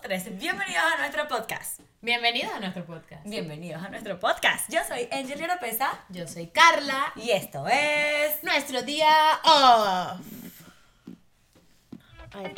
3. Bienvenidos a nuestro podcast. Bienvenidos a nuestro podcast. Bienvenidos a nuestro podcast. Yo soy Angel Oropesa. Yo soy Carla. Y esto es... Nuestro día off. Ay.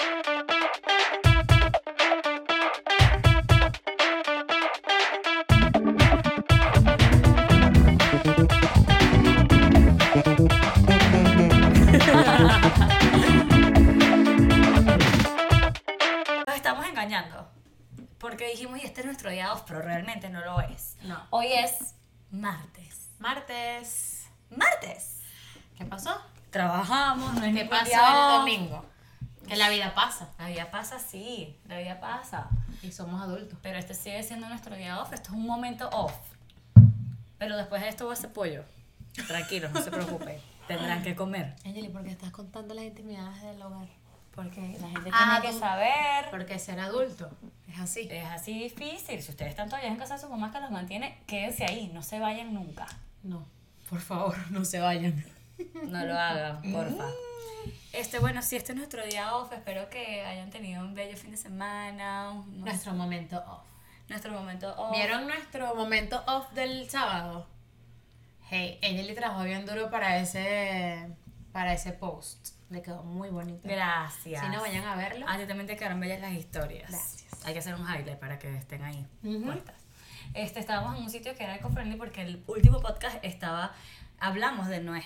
Nos estamos engañando. Porque dijimos, y este es nuestro día off, pero realmente no lo es. No. Hoy es martes. Martes. Martes. ¿Qué pasó? Trabajamos, no es ¿Qué ningún pasó día el off. domingo? Que la vida pasa. La vida pasa, sí. La vida pasa. Y somos adultos. Pero este sigue siendo nuestro día off. Esto es un momento off. Pero después de esto va a ser pollo. Tranquilos, no se preocupen. Tendrán que comer. Angeli, ¿por qué estás contando las intimidades del hogar? Porque la gente tiene que saber. Porque ser adulto es así. Es así difícil. Si ustedes están todavía en casa de sus mamás que los mantiene, quédense ahí. No se vayan nunca. No, por favor, no se vayan. No lo hagan, porfa. Bueno, sí, este es nuestro día off. Espero que hayan tenido un bello fin de semana. Nuestro momento off. Nuestro momento off. ¿Vieron nuestro momento off del sábado? Hey, Angeli trabajó bien duro para ese post. Le quedó muy bonito. Gracias. Si no, vayan a verlo. A ti también te quedaron bellas las historias. Gracias. Hay que hacer un highlight para que estén ahí Ujú. puestas. Estábamos en un sitio que era eco-friendly porque el último podcast hablamos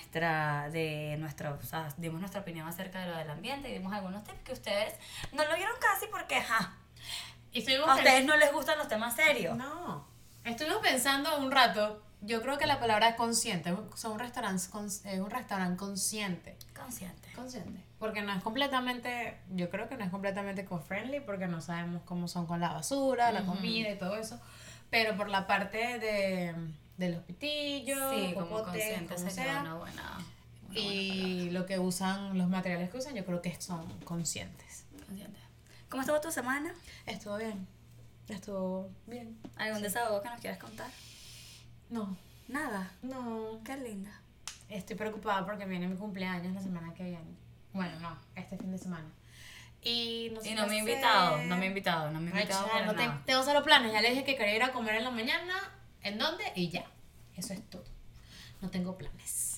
o sea, dimos nuestra opinión acerca de lo del ambiente y dimos algunos tips que ustedes no lo vieron casi porque, Y estuvimos a ustedes no les gustan los temas serios. No. Estuvimos pensando un rato. Yo creo que la palabra es consciente. Es un restaurante consciente. Consciente. Porque no es completamente, yo creo que no es completamente eco-friendly porque no sabemos cómo son con la basura, la comida y todo eso. Pero por la parte de los pitillos, Sí, como popotes, consciente como sería sea, una buena y lo que usan, los materiales que usan, yo creo que son conscientes. consciente. ¿Cómo estuvo tu semana? Estuvo bien. Estuvo bien. ¿Algún desahogo que nos quieras contar? No. Nada. No. Qué linda. Estoy preocupada porque viene mi cumpleaños la semana que viene. Bueno, no, este fin de semana. Y no sé Y no qué me he hacer. invitado para No nada. tengo cero planes. Ya le dije que quería ir a comer en la mañana, en dónde y ya. Eso es todo. No tengo planes.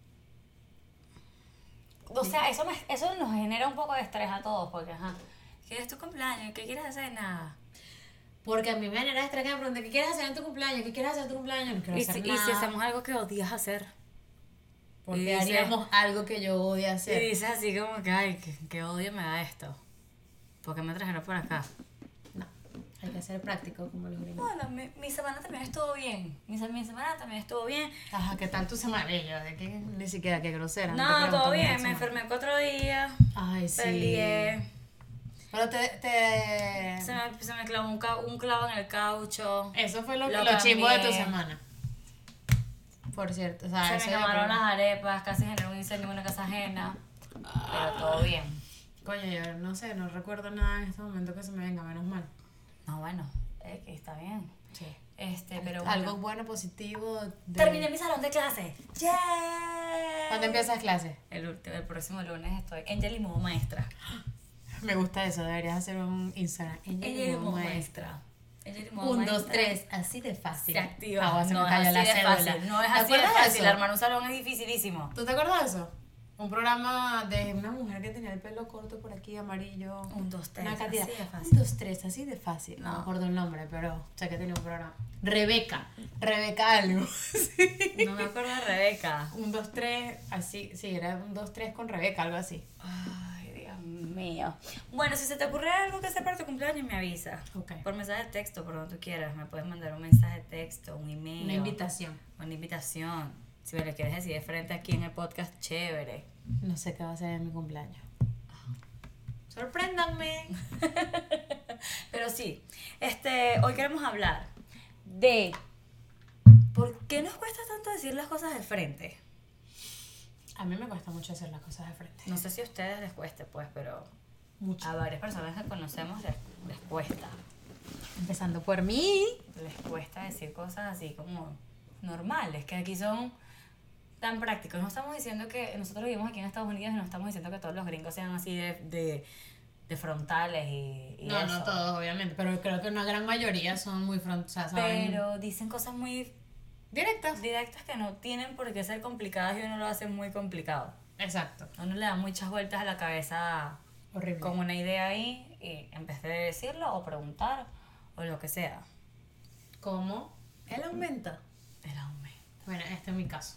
O sea, eso nos genera un poco de estrés a todos, porque, ¿quieres tu cumpleaños? ¿Qué quieres hacer? Nada. Porque a mí me genera estrés que me pregunten, ¿qué quieres hacer en tu cumpleaños? ¿Qué quieres hacer en tu cumpleaños? No quiero Y hacer si nada. hacemos algo que odias hacer. Porque y dices- haríamos algo que yo odio Y hacer. dices así como que, ay, qué odio me da esto. ¿Por qué me trajeron por acá? No, hay que ser práctico como los gringos. Bueno, mi semana también estuvo bien. Mi semana también estuvo bien. Ajá, ¿qué tal tu semana? Y yo, de que ni siquiera, qué grosera. te No, pregunto todo cómo bien. tu Me semana. enfermé 4 días. Ay, sí. Peleé. Pero Se me clavó un clavo en el caucho. Eso fue lo Lo chimbo de tu cambié. semana. Por cierto, o sea, Se eso me ya quemaron fue- las arepas, casi generó un incendio en una casa ajena. Pero todo bien. Coño, yo no sé, no recuerdo nada en este momento que se me venga, menos mal. No, bueno, que está bien. Sí. Pero bueno. Algo bueno, positivo. Terminé mi salón de clase. ¡Yeah! ¿Cuándo empiezas clase? El próximo lunes estoy Angel y modo maestra. Me gusta eso, deberías hacer un Instagram. Angel y modo maestra. Angel y modo 1, maestra. 2, 3, así de fácil. Se activa. Ah, se No me es cayó así la de cédula. fácil. No es ¿Te así de acuerdas de fácil. eso? Armar un salón es dificilísimo. ¿Tú te acuerdas de eso? Un programa de una mujer que tenía el pelo corto por aquí, amarillo. 1, 2, 3. Una cantidad. Así de fácil. 1, 2, 3, así de fácil. No No. me acuerdo el nombre, pero sé que tenía un programa. Rebeca algo. Sí. No me acuerdo de Rebeca. 1, 2, 3, así, sí, era 1, 2, 3 con Rebeca, algo así. Ay, Dios mío. Bueno, si se te ocurre algo que hacer para tu cumpleaños, me avisa. Ok. Por mensaje de texto, por donde tú quieras. Me puedes mandar un mensaje de texto, un email. Una invitación. Una invitación. Si me lo quieres decir de frente aquí en el podcast, chévere. No sé qué va a ser en mi cumpleaños. Sorpréndanme. Pero sí, hoy queremos hablar de por qué nos cuesta tanto decir las cosas de frente. A mí me cuesta mucho hacer las cosas de frente. No sé si a ustedes les cueste, pues, pero Mucho. a varias personas que conocemos les cuesta. Empezando por mí. Les cuesta decir cosas así como normales, que aquí son tan prácticos. No estamos diciendo que nosotros vivimos aquí en Estados Unidos y no estamos diciendo que todos los gringos sean así de de frontales y No, eso. no todos, obviamente, pero creo que una gran mayoría son muy o sea, saben Pero dicen cosas muy directas. directas que no tienen por qué ser complicadas y uno lo hace muy complicado. Exacto. Uno le da muchas vueltas a la cabeza Horrible. con una idea ahí y en vez de decirlo o preguntar o lo que sea. ¿Cómo? Él aumenta. El aumento. Bueno, este es mi caso.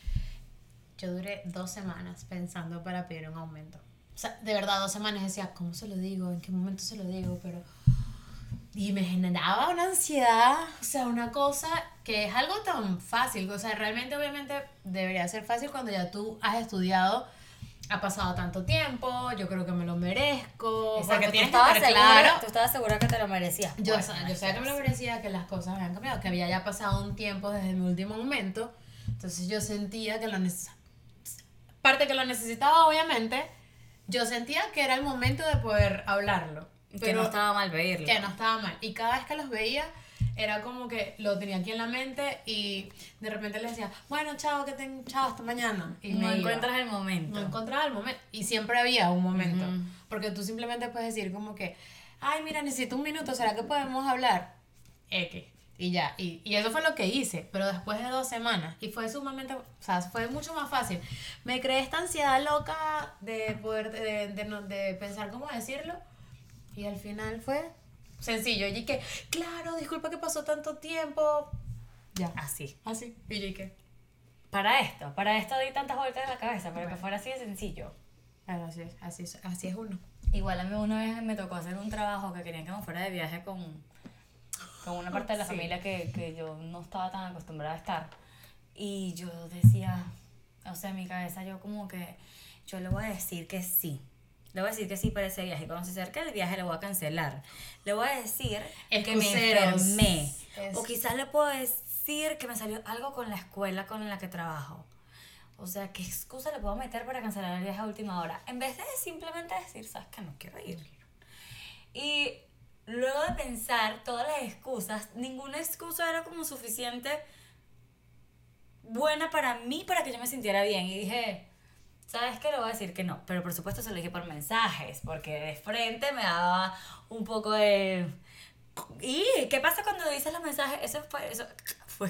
Yo duré 2 semanas pensando para pedir un aumento. O sea, de verdad, 2 semanas decía, ¿cómo se lo digo? ¿En qué momento se lo digo? Pero... Y me generaba una ansiedad, o sea, una cosa que es algo tan fácil. O sea, realmente, obviamente, debería ser fácil cuando ya tú has estudiado, ha pasado tanto tiempo, yo creo que me lo merezco. Porque tienes que estar claro. Tú estabas segura que te lo merecías. Yo Bueno, sabía que me lo merecía, que las cosas habían cambiado, que había ya pasado un tiempo desde mi último momento. Entonces yo sentía que lo necesitaba. Parte que lo necesitaba, obviamente, yo sentía que era el momento de poder hablarlo. que Pero no estaba mal pedirlo. que no estaba mal. Y cada vez que los veía, era como que lo tenía aquí en la mente y de repente les decía, bueno, chao, chao, hasta mañana. Y no me encuentras iba. el momento. No encontraba el momento. Y siempre había un momento. Porque tú simplemente puedes decir como que, ay, mira, necesito un minuto, ¿será que podemos hablar? X. Y ya. Y eso fue lo que hice. Pero después de 2 semanas. Y fue sumamente, o sea, fue mucho más fácil. Me creé esta ansiedad loca de poder, de pensar cómo decirlo. Y al final fue sencillo. Y que, claro, disculpa que pasó tanto tiempo. Ya. Así. Así. Y yo, ¿y qué? Para esto di tantas vueltas en la cabeza, para que fuera así de sencillo. Claro, así es uno. Igual a mí una vez me tocó hacer un trabajo que querían que me fuera de viaje con una parte de la Sí. familia que yo no estaba tan acostumbrada a estar. Y yo decía, o sea, en mi cabeza yo como que, yo le voy a decir que sí. Le voy a decir que sí para ese viaje. Y cuando se acerque el viaje le voy a cancelar. Le voy a decir que me Excuseros. enfermé. O quizás le puedo decir que me salió algo con la escuela con la que trabajo. O sea, ¿qué excusa le puedo meter para cancelar el viaje a última hora? En vez de simplemente decir, ¿sabes qué? No quiero ir. Y luego de pensar todas las excusas, ninguna excusa era como suficiente buena para mí para que yo me sintiera bien. Y dije, ¿sabes qué? Le voy a decir que no. Pero por supuesto se lo dije por mensajes, porque de frente me daba un poco de... ¿Y qué pasa cuando dices los mensajes? Eso fue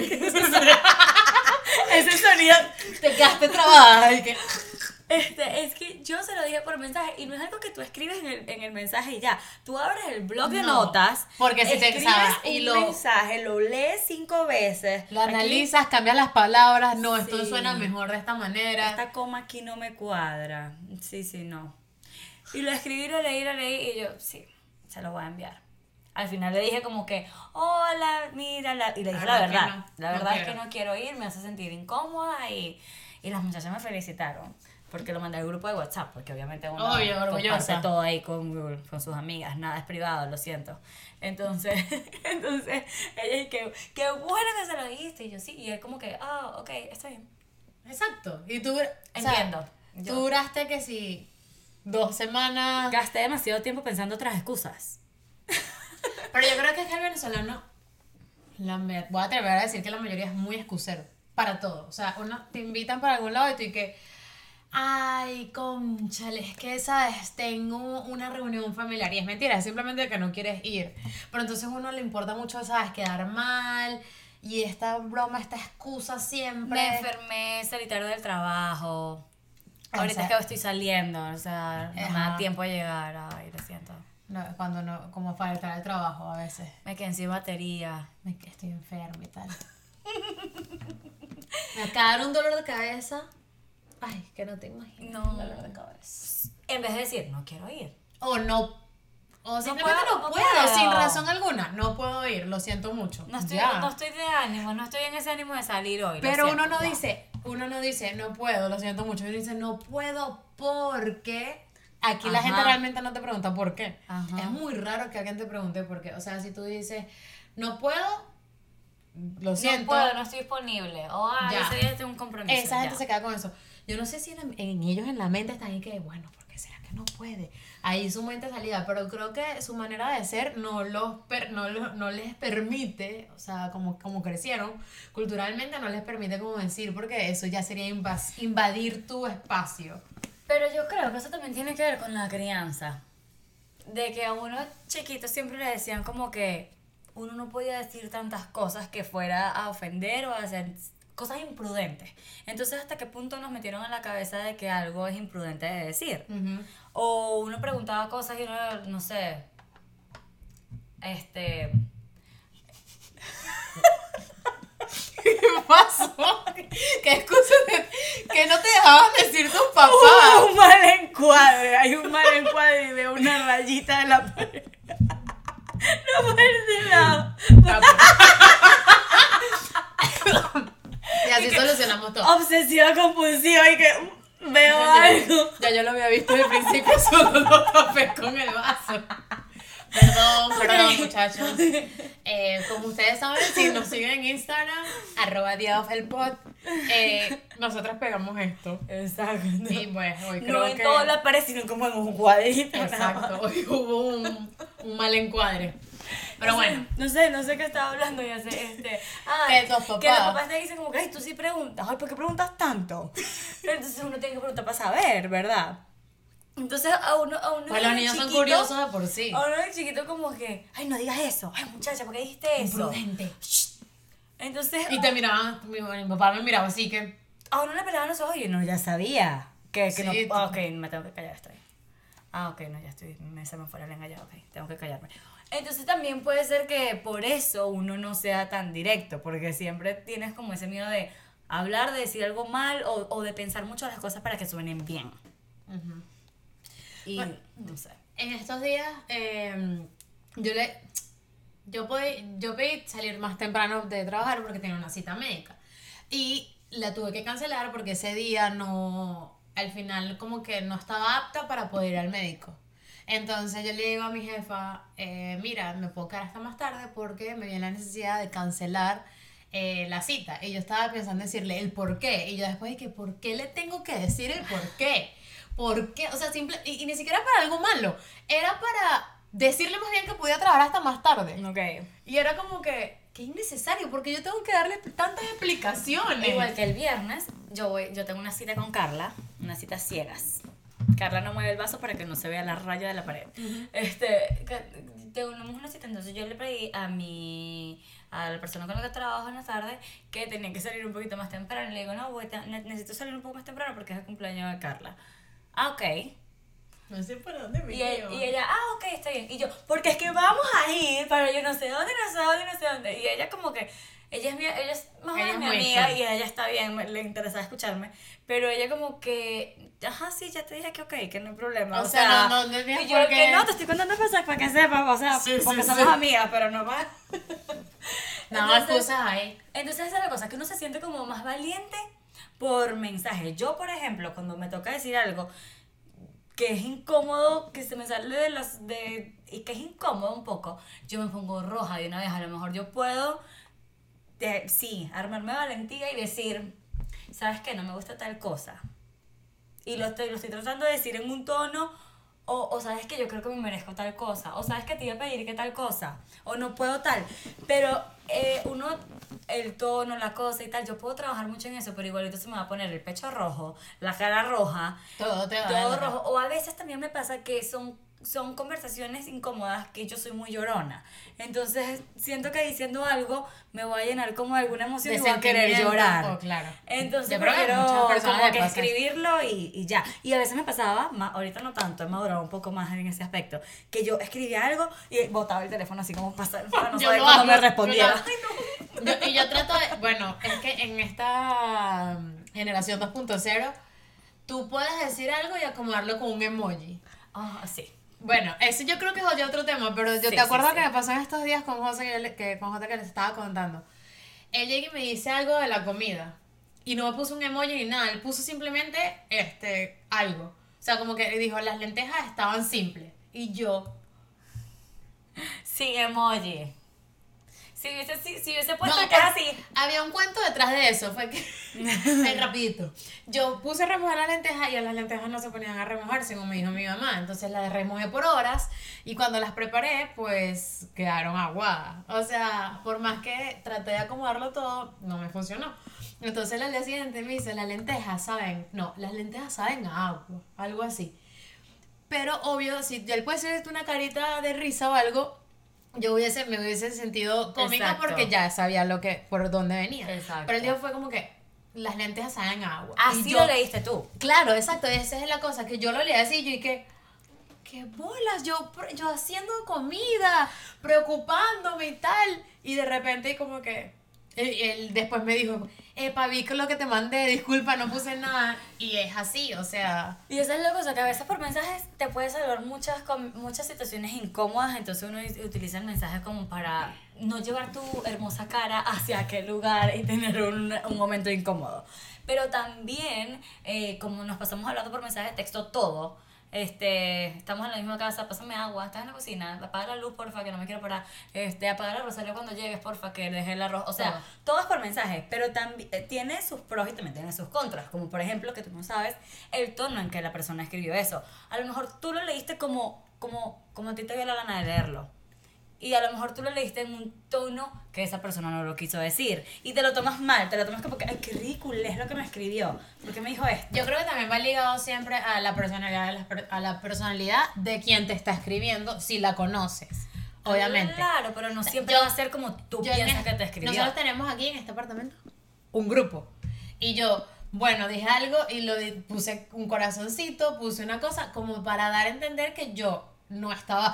ese sonido. Te quedaste trabada. Y que... Es que yo se lo dije por mensaje y no es algo que tú escribes en el mensaje y ya. Tú abres el blog de notas, porque si te escribes y un mensaje, lo lees 5 veces. lo analizas, cambias las palabras, no, esto Sí. suena mejor de esta manera. Esta coma aquí no me cuadra. Sí, no. Y lo escribí, lo leí y yo, sí, se lo voy a enviar. Al final le dije como que, hola, mira, y le dije la verdad. No, la no verdad es quiero. que no quiero ir, me hace sentir incómoda y las muchachas me felicitaron. Porque lo mandé al grupo de WhatsApp, porque obviamente uno Obvio, orgullosa. comparte todo ahí con sus amigas, nada es privado, lo siento. Entonces ella que qué bueno que se lo dijiste, y yo sí, y él como que, ok, está bien. Exacto. Y tú, Entiendo. O sea, tú duraste que si 2 semanas. Gasté demasiado tiempo pensando otras excusas. Pero yo creo que es que el venezolano, voy a atrever a decir que la mayoría es muy excusero para todo. O sea, te invitan para algún lado y tú y que, ay, cónchale, es que, ¿sabes? Tengo una reunión familiar. Y es mentira, es simplemente que no quieres ir. Pero entonces a uno le importa mucho, ¿sabes? Quedar mal. Y esta broma, esta excusa siempre. Me enfermé, salí tarde del trabajo. Ahorita es que estoy saliendo, o sea, no me da Ajá. tiempo a llegar. Ay, lo siento. No, cuando no, como faltar el trabajo a veces. Me quedé sin batería. Estoy enferma y tal. Me acaba de dar un dolor de cabeza. Ay, que no te imaginas. No. Un dolor de cabeza. En vez de decir, no quiero ir. O no. O simplemente puedo, no no puedo, puedo. sin razón alguna. No puedo ir, lo siento mucho. No estoy Ya. de ánimo, no estoy en ese ánimo de salir hoy. lo Pero siento, uno no ya. dice, no puedo, lo siento mucho. Uno dice, no puedo porque aquí la Ajá. gente realmente no te pregunta por qué. Ajá. Es muy raro que alguien te pregunte por qué. O sea, si tú dices, no puedo, lo siento. No puedo, no estoy disponible. O Ya. ese día tengo un compromiso. Esa gente ya. se queda con eso. Yo no sé si en ellos en la mente están ahí que, bueno, ¿por qué será que no puede? Ahí su mente salida, pero creo que su manera de ser no les permite, o sea, como crecieron, culturalmente no les permite como decir, porque eso ya sería invadir tu espacio. Pero yo creo que eso también tiene que ver con la crianza. de que a uno chiquito siempre le decían como que uno no podía decir tantas cosas que fuera a ofender o a hacer cosas imprudentes. Entonces, ¿hasta qué punto nos metieron en la cabeza de que algo es imprudente de decir? O uno preguntaba cosas y uno, no sé, ¿Qué pasó? ¿Qué excusa que no te dejaban decir tus papás? Un mal encuadre, hay un mal encuadre y veo una rayita en la pared. No por ese lado. Y así solucionamos todo. Obsesiva compulsiva y que veo algo. Ya yo lo había visto desde el principio, solo lo tapé con el vaso. Perdón, muchachos. Como ustedes saben, si nos siguen en Instagram, @diaofelpod, nosotros pegamos esto. Exacto. Y pues hoy creo no que... en toda la pared, sino como en un cuadrito. Exacto, hoy hubo un mal encuadre. Pero bueno. No sé qué estaba hablando, ya sé, Que tus papás. Que los papás te dicen como que, ay, tú sí preguntas, ay, ¿por qué preguntas tanto? Entonces uno tiene que preguntar para saber, ¿verdad? Entonces a uno Pues los niños son curiosos de por sí. A uno de chiquito como que, ay, no digas eso, ay, muchacha, ¿por qué dijiste eso? Imprudente. Entonces Y te miraban, mi papá me miraba así que... a uno le pelaban los ojos y uno ya sabía que Sí, no, ok, me tengo que callar, estoy. Ok, no, ya estoy, se me fue la lengua ya, ok, tengo que callarme. Entonces también puede ser que por eso uno no sea tan directo, porque siempre tienes como ese miedo de hablar, de decir algo mal o de pensar mucho las cosas para que suenen bien. Y Bueno, no sé. En estos días, yo pedí salir más temprano de trabajar porque tenía una cita médica. Y la tuve que cancelar porque ese día al final como que no estaba apta para poder ir al médico. Entonces yo le digo a mi jefa, mira, me puedo quedar hasta más tarde porque me viene la necesidad de cancelar la cita. Y yo estaba pensando en decirle el por qué. Y yo después dije, ¿por qué le tengo que decir el por qué? ¿Por qué? O sea, y ni siquiera para algo malo. Era para decirle más bien que podía trabajar hasta más tarde. Ok. Y era como que innecesario, porque yo tengo que darle tantas explicaciones. Igual que el viernes, yo tengo una cita con Carla, una cita ciegas. Carla no mueve el vaso para que no se vea la raya de la pared. Tenemos una cita, entonces yo le pedí a la persona con la que trabajo en la tarde que tenía que salir un poquito más temprano. Y le digo, no, necesito salir un poco más temprano porque es el cumpleaños de Carla. Ah, ok. No sé por dónde me Y ella, ok, está bien. Y yo, porque es que vamos a ir para yo no sé dónde, no sé dónde. Y ella como que, ella es más o menos mi amiga y ella está bien, le interesa escucharme. Pero ella como que, ajá, sí, ya te dije que ok, que no hay problema. O sea, no y yo que no, te estoy contando cosas para que sepas, o sea, sí, porque sí, somos sí. amigas, pero no más. Nada más cosas ahí. Entonces esa es la cosa, que uno se siente como más valiente por mensaje. Yo, por ejemplo, cuando me toca decir algo que es incómodo, que se me sale y que es incómodo un poco, yo me pongo roja de una vez. A lo mejor yo puedo, sí, armarme de valentía y decir, ¿sabes qué? No me gusta tal cosa. Y lo estoy tratando de decir en un tono, o sabes que yo creo que me merezco tal cosa, o sabes que te iba a pedir que tal cosa, o no puedo tal. Pero el tono, la cosa y tal, yo puedo trabajar mucho en eso, pero igualito se me va a poner el pecho rojo, la cara roja, Todo te va todo rojo. O a veces también me pasa que son conversaciones incómodas que yo soy muy llorona. Entonces siento que diciendo algo me voy a llenar como de alguna emoción y voy a querer llorar. Claro. Entonces Yo creo que prefiero muchas personas como le que pasa eso. escribirlo y ya. Y a veces me pasaba, ahorita no tanto, he madurado un poco más en ese aspecto, que yo escribía algo y botaba el teléfono así como para no Yo saber lo cuándo hago, me respondiera. Yo trato de, bueno, es que en esta generación 2.0 tú puedes decir algo y acomodarlo con un emoji. Ah, sí. Bueno, eso yo creo que es ya otro tema, pero yo Sí, te acuerdas sí, que sí. me pasó en estos días con José, con José que les estaba contando. Él llega y me dice algo de la comida y no me puso un emoji ni nada, él puso simplemente algo. O sea, como que dijo, las lentejas estaban simples. Y yo, Sin emoji. Si hubiese puesto no, que es así. había un cuento detrás de eso, fue que, rapidito, yo puse a remojar las lentejas y las lentejas no se ponían a remojar, según me dijo mi mamá, entonces las remojé por horas y cuando las preparé, pues quedaron aguadas, o sea, por más que traté de acomodarlo todo, no me funcionó. Entonces al día siguiente me dice, las lentejas saben a agua, algo así. Pero obvio, si él puede hacerte una carita de risa o algo, me hubiese sentido cómica Exacto. porque ya sabía por dónde venía. Exacto. Pero el día fue como que las lentejas saben agua. Así Y lo leíste tú. Claro, exacto, esa es la cosa, que yo lo leí así, yo dije, qué bolas, yo haciendo comida, preocupándome y tal, y de repente como que, él después me dijo, vi que lo que te mandé, disculpa, no puse nada, y es así, o sea, Y esa es la cosa, que a veces por mensajes te puede salvar muchas situaciones incómodas, entonces uno utiliza el mensaje como para no llevar tu hermosa cara hacia aquel lugar y tener un momento incómodo. Pero también, como nos pasamos hablando por mensaje de texto todo, estamos en la misma casa, pásame agua, estás en la cocina, apaga la luz, porfa, que no me quiero parar, apaga la rosario cuando llegues, porfa, que dejé el arroz, o sea, todo es por mensaje, pero también tiene sus pros y también tiene sus contras, como por ejemplo, que tú no sabes el tono en que la persona escribió eso. A lo mejor tú lo leíste como a ti te dio la gana de leerlo. Y a lo mejor tú lo leíste en un tono que esa persona no lo quiso decir. Y te lo tomas mal, te lo tomas como que, ay, qué ridículo es lo que me escribió. ¿Por qué me dijo esto? yo creo que también va ligado siempre a la personalidad de quien te está escribiendo, si la conoces, obviamente. Claro, pero no siempre Yo- va a ser como tú Yo en piensas que te escribió. Nosotros tenemos aquí en este apartamento un grupo. Y yo, bueno, dije algo y puse un corazoncito, puse una cosa como para dar a entender que yo no estaba,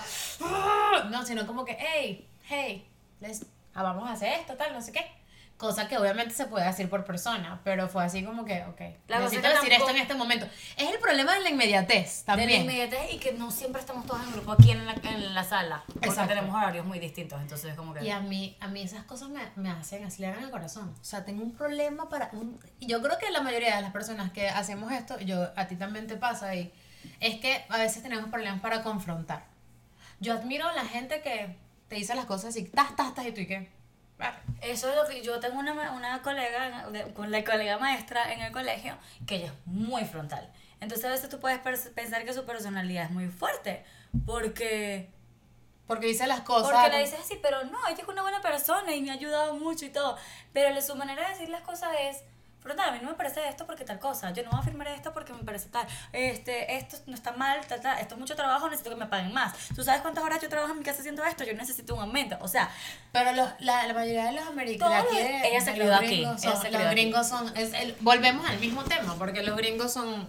no, sino como que, hey, vamos a hacer esto, tal, no sé qué. Cosa que obviamente se puede decir por persona, pero fue así como que, ok, La cosa necesito es que decir esto tampoco- en este momento. Es el problema de la inmediatez De la también. inmediatez y que no siempre estamos todos en grupo aquí en la sala. Porque Exacto. tenemos horarios muy distintos, entonces es como que... Y a mí esas cosas me hacen acelerar el corazón. O sea, tengo un problema y yo creo que la mayoría de las personas que hacemos esto, a ti también te pasa, y es que a veces tenemos problemas para confrontar. Yo admiro a la gente que te dice las cosas así, y tú y qué. Eso es lo que yo tengo una colega, con la colega maestra en el colegio, que ella es muy frontal. Entonces a veces tú puedes pensar que su personalidad es muy fuerte, porque Porque dice las cosas. Porque le dices así, pero no, ella es una buena persona y me ha ayudado mucho y todo. Pero su manera de decir las cosas es, frontal, a mí no me parece esto porque tal cosa, yo no voy a firmar esto porque me parece tal, esto no está mal, tal, esto es mucho trabajo, necesito que me paguen más. ¿Tú sabes cuántas horas yo trabajo en mi casa haciendo esto? Yo necesito un aumento. O sea, Pero la mayoría de los americanos, Todos, ella se crió aquí, ella se crió los aquí. gringos son, volvemos al mismo tema, porque los gringos son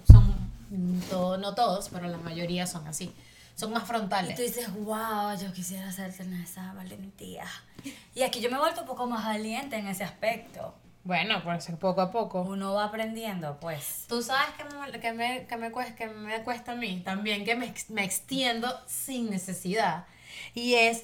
no todos, pero la mayoría son así. Son más y frontales. tú dices, wow, yo quisiera tener esa valentía. Y aquí yo me he vuelto un poco más valiente en ese aspecto. Bueno, pues poco a poco. Uno va aprendiendo, pues. Tú sabes que me cuesta a mí también, que me extiendo sin necesidad. Y es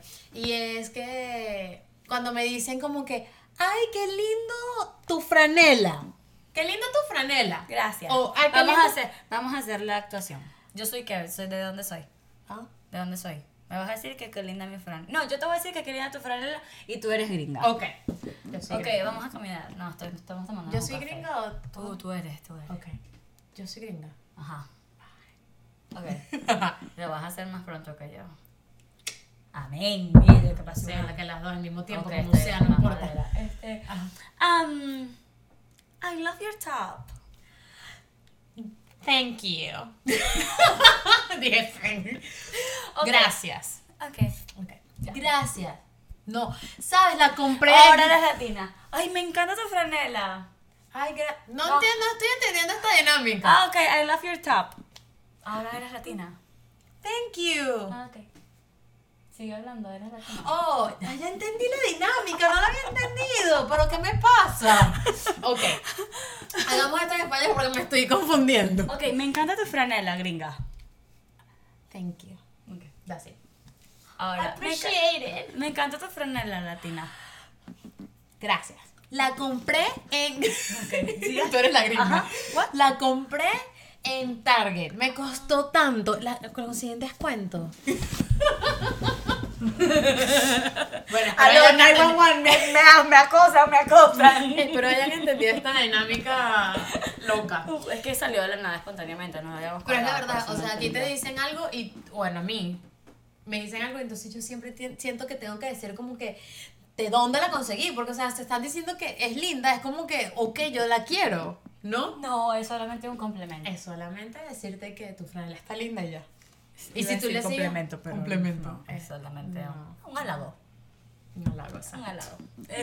que cuando me dicen como que, ay, qué lindo tu franela. Qué lindo tu franela. Gracias. O, ay, qué vamos, lindo- vamos a hacer la actuación. Yo soy qué, soy de dónde soy. Ah, ¿De dónde soy? Me vas a decir que qué linda mi franela. No, yo te voy a decir que qué linda tu franela y tú eres gringa. ok. Yo soy Ok, gringa. vamos a caminar. No, estamos tomando ¿Yo un soy café. gringa o Tú eres. Ok. Yo soy gringa. Ajá. Ok. Lo vas a hacer más pronto que yo. Amén. Mire, ¿qué pasó? O sea, que las dos al mismo tiempo, Ok, como está sea, bien, no más importa. madera. Ajá. I love your top. Thank you. Dije thank you. Ok. Gracias. Ok. Okay. Ya. Gracias. No, ¿sabes? La compré. Ahora eres latina. Ay, me encanta tu franela. Ay, no No. entiendo, estoy entendiendo esta dinámica. Ah, ok, I love your top. Ahora eres latina. Thank you. Ah, ok. Sigue hablando, eres latina. Oh, ya entendí la dinámica, no la había entendido. ¿Pero qué me pasa? Ok. Hagamos esto en español porque me estoy confundiendo. Ok, me encanta tu franela, gringa. Thank you. Ok. That's it. Ahora, Appreciate it. me encanta tu franela latina. Gracias. La compré en. Sí. Tú eres la gringa. Ajá. What? La compré en Target. Me costó tanto. La conseguí en descuento. Bueno, Aló, 911, me acosan. Espero hayan entendido esta dinámica loca. Es que salió de la nada espontáneamente, no lo habíamos Pero es la cuadrado, verdad, por o eso sea, no aquí te entendía. dicen algo y, bueno, a mí me dicen algo, entonces yo siempre siento que tengo que decir como que de dónde la conseguí, porque, o sea, se están diciendo que es linda, es como que, ok, yo la quiero, ¿no? No, es solamente un complemento. Es solamente decirte que tu franela está linda y ya. Y si tú le sigues... complemento, pero complemento. no, exactamente. No. Un halago. No la cosa. Un halago.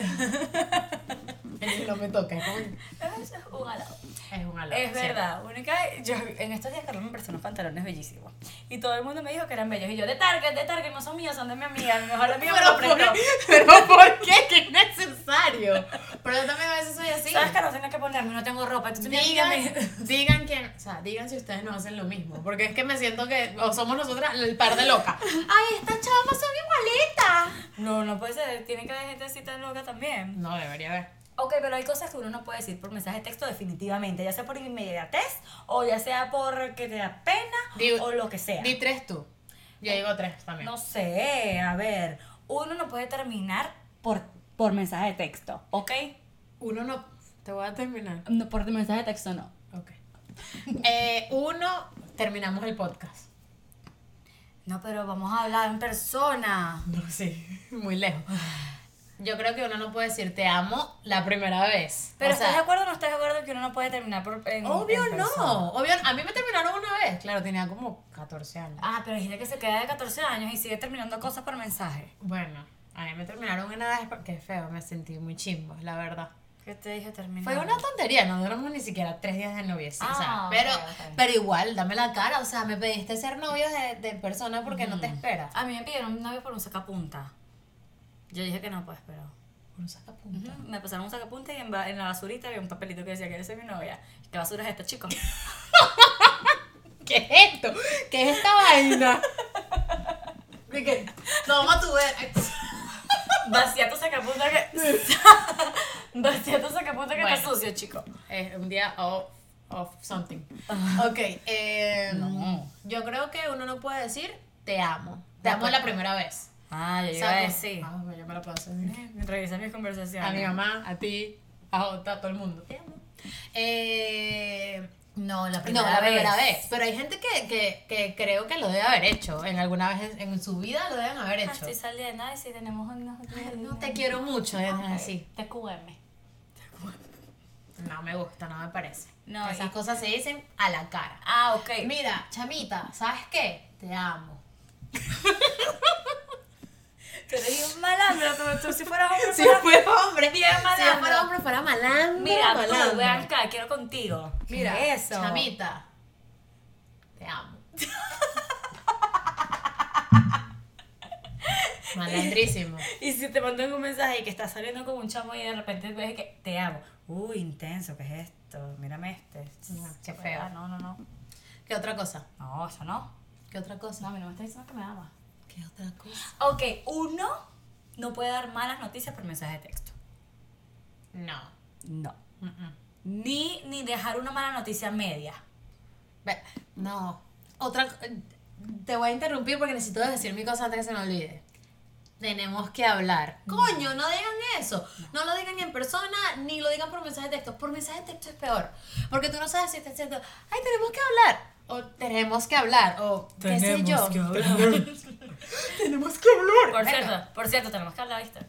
No me toca, es Un halago. un halago. Es verdad, yo en estos días Carlos me prestó unos pantalones bellísimos y todo el mundo me dijo que eran bellos y yo de Target, no son míos, son de mi amiga, mi mejor amiga me los prestó. Pero ¿por qué? Que es necesario. Pero yo también a veces soy así. ¿Sabes que no tengo que ponerme? No tengo ropa, entonces mi amiga Digan quién, o sea, digan si ustedes no hacen lo mismo, porque es que me siento que o somos nosotras el par de locas. Ay, estas chavas son igualitas. No puede ser, tiene que haber gente así tan loca también. No, debería haber. Ok, pero hay cosas que uno no puede decir por mensaje de texto definitivamente, ya sea por inmediatez o ya sea porque te da pena o lo que sea. Di 3 tú. Yo digo 3 también. No sé, a ver, uno no puede terminar por mensaje de texto, ¿ok? Uno no. Te voy a terminar. No, por mensaje de texto no. Ok. Uno, terminamos el podcast. No, pero vamos a hablar en persona. No, sí, muy lejos. Yo creo que uno no puede decir te amo la primera vez. Pero o sea, ¿estás de acuerdo o no estás de acuerdo que uno no puede terminar obvio en no. persona? Obvio, a mí me terminaron una vez. Claro, tenía como 14 años. Ah, pero hay gente que se queda de 14 años y sigue terminando cosas por mensaje. Bueno, a mí me terminaron una vez porque es feo, me sentí muy chimbo, la verdad. ¿Qué te dije terminar? Fue una tontería, no duramos ni siquiera 3 días de noviecita, o sea, ok, pero, ok. pero igual, dame la cara, o sea, me pediste ser novio de persona porque no te esperas. A mí me pidieron un novio por un sacapunta. Yo dije que no, pues, pero... Un sacapunta. Me pasaron un sacapunta y en la basurita había un papelito que decía que eres mi novia. ¿Qué basura es esta, chico? ¿Qué es esto? ¿Qué es esta vaina? ¿De qué? Toma tu Vacía tu sacapunta que... Vacía tu sacapunta que Bueno. está sucio, chico. Es un día of something. Ok, No. yo creo que uno no puede decir te amo. Te amo la primera vez. Ah, yo O iba a sea, decir. pues yo me la puedo hacer. Revisa mis conversaciones. A mi mamá, a ti, a Jota, a todo el mundo. Te amo. No, la No, primera la vez. primera vez. Pero hay gente que creo que lo debe haber hecho. En alguna vez en su vida lo deben haber hecho. Estoy saliendo, ay, si tenemos unos... No te quiero mucho, es así. TQM. No me gusta, no me parece. No, Esas y- cosas se dicen a la cara. Ah, ok. Mira, chamita, ¿sabes qué? Te amo. Tú eres un malandro, tú si fueras hombre Si fueras- fuera hombre, bien si yo malandro. fuera hombre, fuera malandro. Mira, malandro. tú, vean acá, quiero contigo. Mira, ¿Qué es eso? chamita, te amo. Malandrísimo. Y si te mandan un mensaje y que estás saliendo con un chamo y de repente ves que te amo. Uy, intenso, ¿qué es esto? Mírame este. Qué feo. Ah, no. ¿Qué otra cosa? No, eso no. ¿Qué otra No, cosa? a mí no me está diciendo que me ama. ¿Qué otra cosa? Ok, uno no puede dar malas noticias por mensaje de texto. No. No. Mm-mm. Ni dejar una mala noticia media. No. Otra. Te voy a interrumpir porque necesito decir mi cosa antes que se me olvide. Tenemos que hablar. Coño, no digan eso. No lo digan en persona ni lo digan por mensaje de texto. Por mensaje de texto es peor. Porque tú no sabes si estás diciendo, ay, tenemos que hablar. O tenemos que hablar. O qué sé yo. Tenemos que hablar. Por cierto, tenemos que hablar, ¿viste?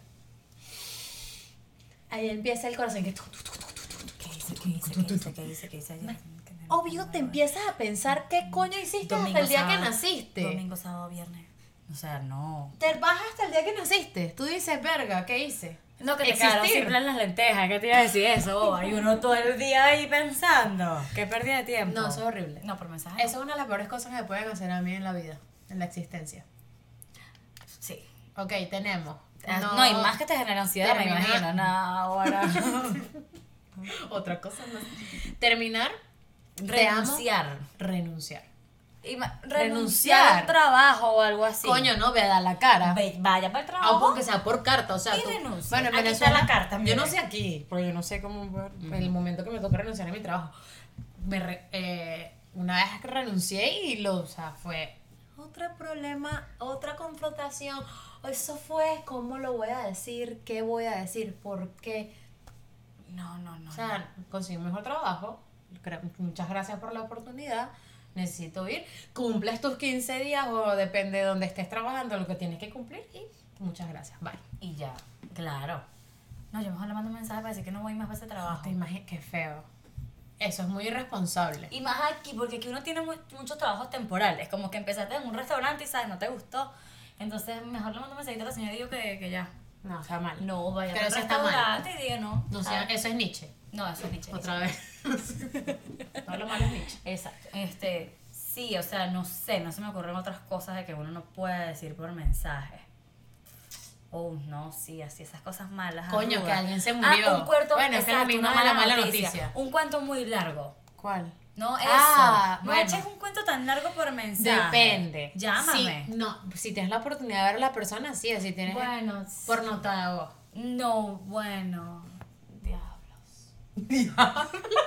Ahí empieza el corazón. Que ¿Qué dice? obvio te empiezas a pensar qué coño hiciste hasta el día que naciste. Domingo, sábado, viernes. O sea, no. Te vas hasta el día que naciste. Tú dices, verga, ¿qué hice? No, que te Existir. quedaron simple en las lentejas. ¿Qué te iba a decir eso? Oh, hay uno todo el día ahí pensando. Qué pérdida de tiempo. No, eso es horrible. No, por mensaje. Eso es una de las peores cosas que me pueden hacer a mí en la vida, en la existencia. Sí. Ok, tenemos. No, y más que te genera ansiedad, me Terminar. imagino. No, ahora. Otra cosa más. Terminar. Renunciar. Renunciar. Renunciar al trabajo o algo así. Coño, no, ve a dar la cara. Vaya para el trabajo. Aunque sea por carta, o sea, Y tú. renuncia. Bueno, en Aquí está Venezuela. la carta, yo mire. no sé aquí, porque yo no sé cómo. En el momento que me tocó renunciar a mi trabajo. Una vez que renuncié y o sea, fue otro problema, otra confrontación. Eso fue, ¿cómo lo voy a decir? ¿Qué voy a decir? ¿Por qué? No. O sea, conseguí un mejor trabajo. Muchas gracias por la oportunidad. Necesito ir. Cumples tus 15 días o depende de donde estés trabajando lo que tienes que cumplir. Y muchas gracias. Bye. Y ya, claro. No, yo mejor le mando un mensaje para decir que no voy más para ese trabajo. Te imaginas, qué feo. Eso es muy irresponsable. Y más aquí, porque aquí uno tiene muchos trabajos temporales, como que empezaste en un restaurante y sabes, no te gustó. Entonces, mejor le mando un mensajito a la señora y digo que ya. No, está mal. No, vaya Pero a un eso está mal. restaurante y diga no. No sea, eso es Nietzsche. No, eso es Nietzsche. Otra vez. Todo lo malo es Nietzsche. Exacto. Sí, o sea, no sé, no se me ocurren otras cosas de que uno no puede decir por mensaje. Oh, no, sí, así esas cosas malas. Coño, arrugas. que alguien se murió. Un cuento, Bueno, es que es la exacto, misma una mala noticia. Un cuento muy largo. ¿Cuál? No, eso. Ah, No bueno. eches un cuento tan largo por mensaje. Depende. Llámame. Sí, no, si tienes la oportunidad de ver a la persona, sí, si tienes Bueno, por nota de voz. no, bueno. Diablos.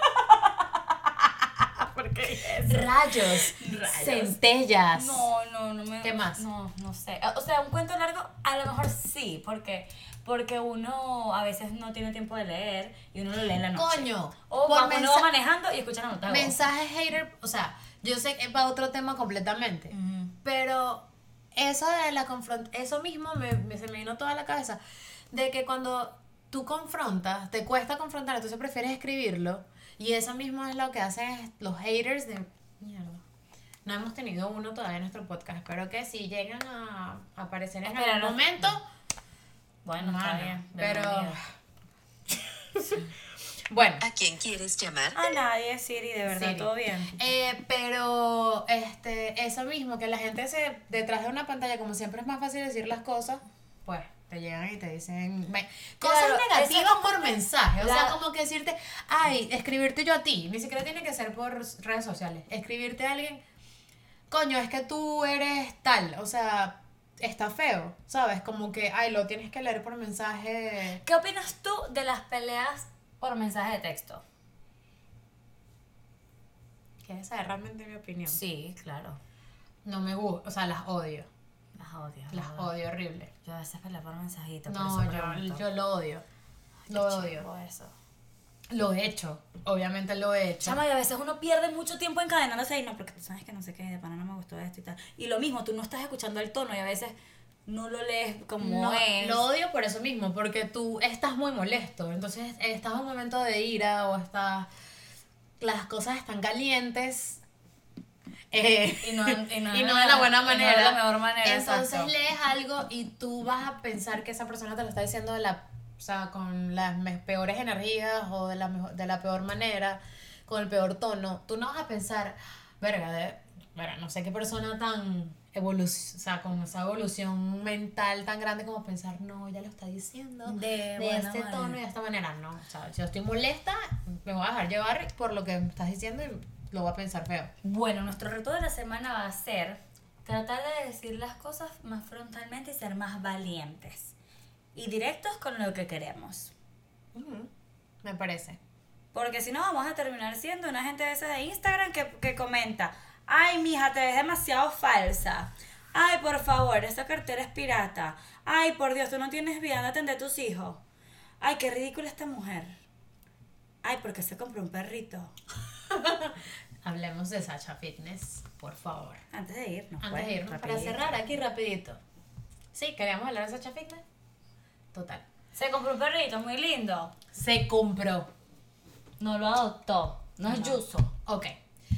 ¿Por qué eso? Rayos, centellas. No me... ¿Qué más? No sé. O sea, un cuento largo, a lo mejor sí, porque uno a veces no tiene tiempo de leer y uno lo lee en la noche. Coño, O por cuando uno va manejando y escucha la nota de voz. mensajes hater, o sea, yo sé que es para otro tema completamente, pero eso de la eso mismo se me vino toda la cabeza, de que cuando tú confrontas, te cuesta confrontar, entonces prefieres escribirlo, y eso mismo es lo que hacen los haters de mierda. No hemos tenido uno todavía en nuestro podcast, espero que si llegan a aparecer en algún momento, Bueno, está mano, bien. pero bienvenido. bueno. ¿A quién quieres llamar? A nadie, Siri, de verdad, Siri. todo bien. Pero eso mismo, que la gente detrás de una pantalla, como siempre es más fácil decir las cosas, pues te llegan y te dicen cosas Claro, negativas eso es por como que mensaje. O sea, la- como que decirte, ay, escribirte yo a ti, ni siquiera tiene que ser por redes sociales. Escribirte a alguien, coño, es que tú eres tal, o sea, está feo, ¿sabes? Como que, ay, lo tienes que leer por mensaje. ¿Qué opinas tú de las peleas por mensaje de texto? ¿Quieres saber realmente mi opinión? Sí, claro. No me gusta, o sea, las odio. Las odio. Las odio horrible. Yo a veces peleo por mensajito. por No, eso pregunto. yo lo odio. Lo Qué odio. chimbo eso. Lo he hecho. Obviamente lo he hecho. Chama, y a veces uno pierde mucho tiempo encadenándose ahí, no, porque tú sabes que no sé qué, de pana no me gustó esto y tal. Y lo mismo, tú no estás escuchando el tono y a veces no lo lees como No, es. lo odio por eso mismo, porque tú estás muy molesto. Entonces estás en un momento de ira o las cosas están calientes. Y no, Y no de la buena manera. Y no de la mejor manera. Entonces exacto. lees algo y tú vas a pensar que esa persona te lo está diciendo o sea, con las peores energías o de la peor manera, con el peor tono. Tú no vas a pensar, verga, no sé qué persona tan o sea, con esa evolución mental tan grande como pensar, no, ella lo está diciendo De de buena este manera. tono y de esta manera. No, o sea, si yo estoy molesta, me voy a dejar llevar por lo que me estás diciendo y lo voy a pensar feo. Bueno, nuestro reto de la semana va a ser tratar de decir las cosas más frontalmente y ser más valientes. Y directos con lo que queremos. Me parece. Porque si no, vamos a terminar siendo una gente de esas de Instagram que comenta: ay, mija, te ves demasiado falsa. Ay, por favor, esa cartera es pirata. Ay, por Dios, tú no tienes vida, anda a atender a tus hijos. Ay, qué ridícula esta mujer. Ay, porque se compró un perrito. Hablemos de Sacha Fitness, por favor. Antes de irnos. Antes pues, de irnos, para rapidito. cerrar aquí rapidito. Sí, queríamos hablar de Sacha Fitness. Total. Se compró un perrito muy lindo. Se compró. No lo adoptó. No es Yuso. Ok.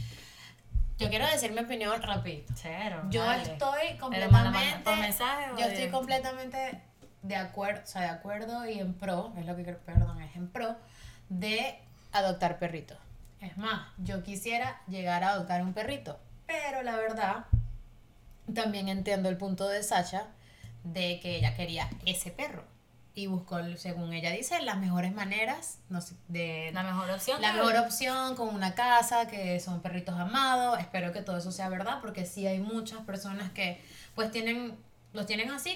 Yo quiero decir mi opinión rapidito. Cero. Yo dale. estoy Pero completamente... ¿por mensaje o Yo estoy directo? completamente de acuerdo, o sea, de acuerdo y en pro, es lo que quiero, perdón, es en pro de adoptar perritos. Es más, yo quisiera llegar a adoptar un perrito, pero la verdad, también entiendo el punto de Sacha de que ella quería ese perro y buscó, según ella dice, las mejores maneras, no sé, La mejor opción. la mejor opción con una casa, que son perritos amados. Espero que todo eso sea verdad, porque sí hay muchas personas que pues los tienen así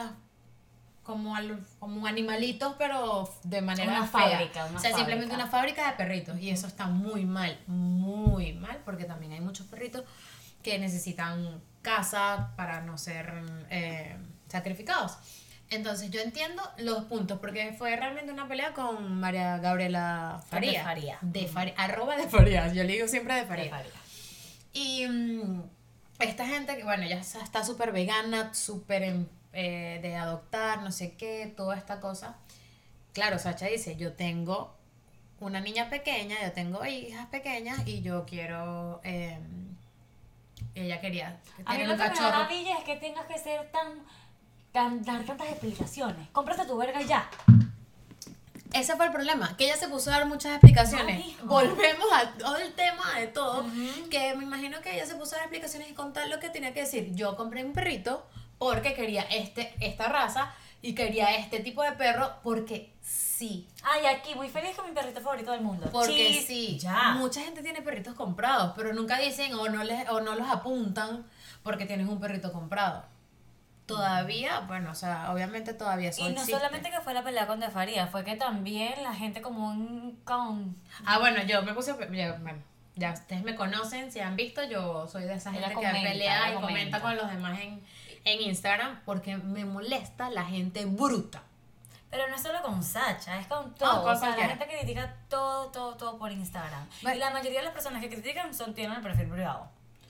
como animalitos, pero de manera Una fea. fábrica, una o sea, simplemente fábrica. una fábrica de perritos, y eso está muy mal, porque también hay muchos perritos que necesitan casa para no ser sacrificados. Entonces yo entiendo los puntos, porque fue realmente una pelea con María Gabriela Faría. De Faría. Arroba de Faría, yo le digo siempre de Faría. De Faría. Y esta gente que, bueno, ya está súper vegana, súper de adoptar, no sé qué, toda esta cosa. Claro, Sacha dice, yo tengo una niña pequeña, yo tengo hijas pequeñas y yo quiero, ella quería A mí tener lo un que me da cachorro. rabilla es que tengas que ser dar tantas explicaciones. Cómprate tu verga ya. Ese fue el problema, que ella se puso a dar muchas explicaciones. Ay, hijo. Volvemos a todo el tema de todo, que me imagino que ella se puso a dar explicaciones y contar lo que tenía que decir. Yo compré un perrito porque quería esta raza y quería este tipo de perro porque sí. Ay, aquí, muy feliz con mi perrito favorito del mundo. Porque Chis, sí, ya. mucha gente tiene perritos comprados, pero nunca dicen o no los apuntan porque tienes un perrito comprado. Todavía, bueno, o sea, obviamente todavía eso Y no existe. solamente que fue la pelea con De Faría, fue que también la gente como Bueno, yo me puse, bueno, ya ustedes me conocen, si han visto, yo soy de esa Ella gente comenta, que pelea y ella comenta comenta. con los demás en Instagram porque me molesta la gente bruta. Pero no es solo con Sacha, es con todo. con o sea, la cualquiera. gente critica todo por Instagram. Bueno. Y la mayoría de las personas que critican tienen el perfil privado.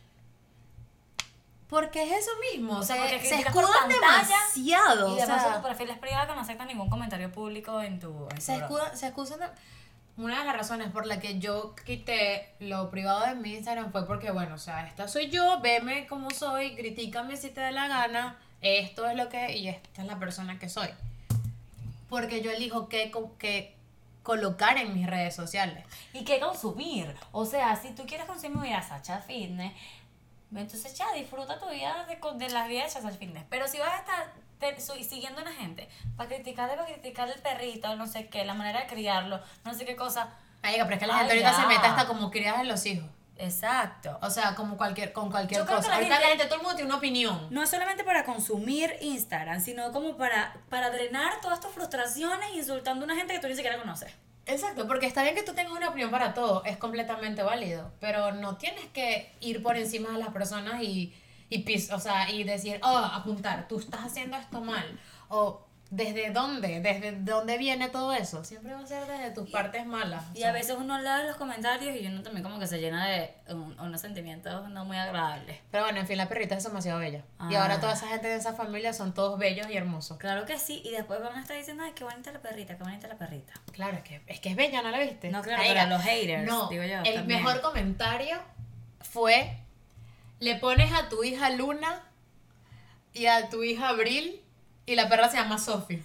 Porque es eso mismo, o sea, porque se criticas por escudan pantalla demasiado. Y o además sea, tu perfil es privado que no acepta ningún comentario público en tu se excusan una de las razones por la que yo quité lo privado de mi Instagram fue porque, bueno, o sea, esta soy yo, veme como soy, critícame si te da la gana, esto es lo que, y esta es la persona que soy. Porque yo elijo qué colocar en mis redes sociales. ¿Y qué consumir? O sea, si tú quieres consumir a Sacha Fitness, entonces ya disfruta tu vida de las vidas de Sacha Fitness. Pero si vas a estar siguiendo a una gente para criticar el perrito, no sé qué, la manera de criarlo, no sé qué cosa. Ay, pero es que la Ay, gente ahorita ya. se mete hasta como criadas de los hijos. Exacto. O sea, como con cualquier Yo creo que cosa. la Ahorita gente- la gente, todo el mundo tiene una opinión. No es solamente para consumir Instagram, sino como para drenar todas tus frustraciones insultando a una gente que tú ni siquiera conoces. Exacto, porque está bien que tú tengas una opinión para todo, es completamente válido, pero no tienes que ir por encima de las personas y decir, apuntar, tú estás haciendo esto mal, o desde dónde viene todo eso, siempre va a ser desde tus partes malas. o Y sea, a veces uno lee los comentarios y uno también como que se llena de unos sentimientos no muy agradables. Pero bueno, en fin, la perrita es demasiado bella, y Ah. ahora toda esa gente de esa familia son todos bellos y hermosos. Claro que sí, y después van a estar diciendo, ay, qué bonita la perrita, qué bonita la perrita. Claro, es que es bella, ¿no la viste? No, claro, Ay, pero los haters, no, digo yo, el también. mejor comentario fue, le pones a tu hija Luna y a tu hija Abril y la perra se llama Sophie.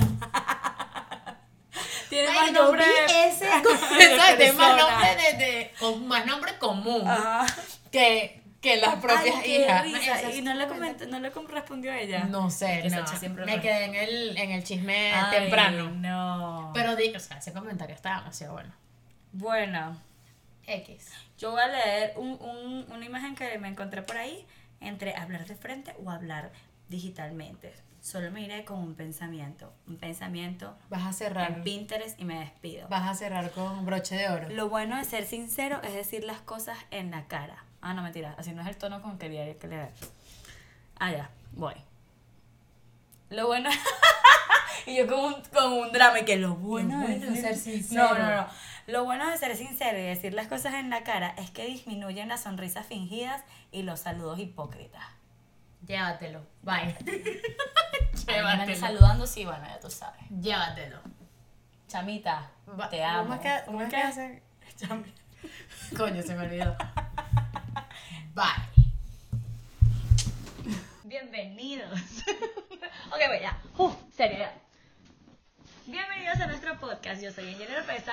Tiene Ay, no vi ese, exacto, es más nombre con más nombre común que las propias Ay, qué hijas. risa. Ese Y no le respondió a ella. No sé, Que no. Sacha siempre Me lo- quedé en el chisme Ay, temprano. no. Pero o sea, ese comentario está demasiado bueno. Bueno, X. yo voy a leer una imagen que me encontré por ahí entre hablar de frente o hablar digitalmente. Solo me iré con un pensamiento Vas a cerrar. en Pinterest y me despido. Vas a cerrar con broche de oro. Lo bueno de ser sincero es decir las cosas en la cara. Ah, no, mentira, así no es el tono con que quería que le... Ah, ya, voy. Lo bueno... y yo con un drama y que lo bueno de ser sincero. No. Lo bueno de ser sincero y decir las cosas en la cara es que disminuyen las sonrisas fingidas y los saludos hipócritas. Llévatelo. Bye. Ay, me saludando, sí, bueno, ya tú sabes. Llévatelo. Chamita, Va- te amo. ¿Cómo es que hace? Coño, se me olvidó. Bye. Bienvenidos. Ok, pues ya. Serio, ya. Bienvenidos a nuestro podcast. Yo soy Ingeniero Pesa.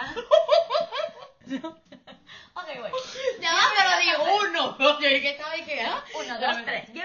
Ok, voy. Ya va, pero di uno. Yo dije que estaba y que, 1, 2, 3.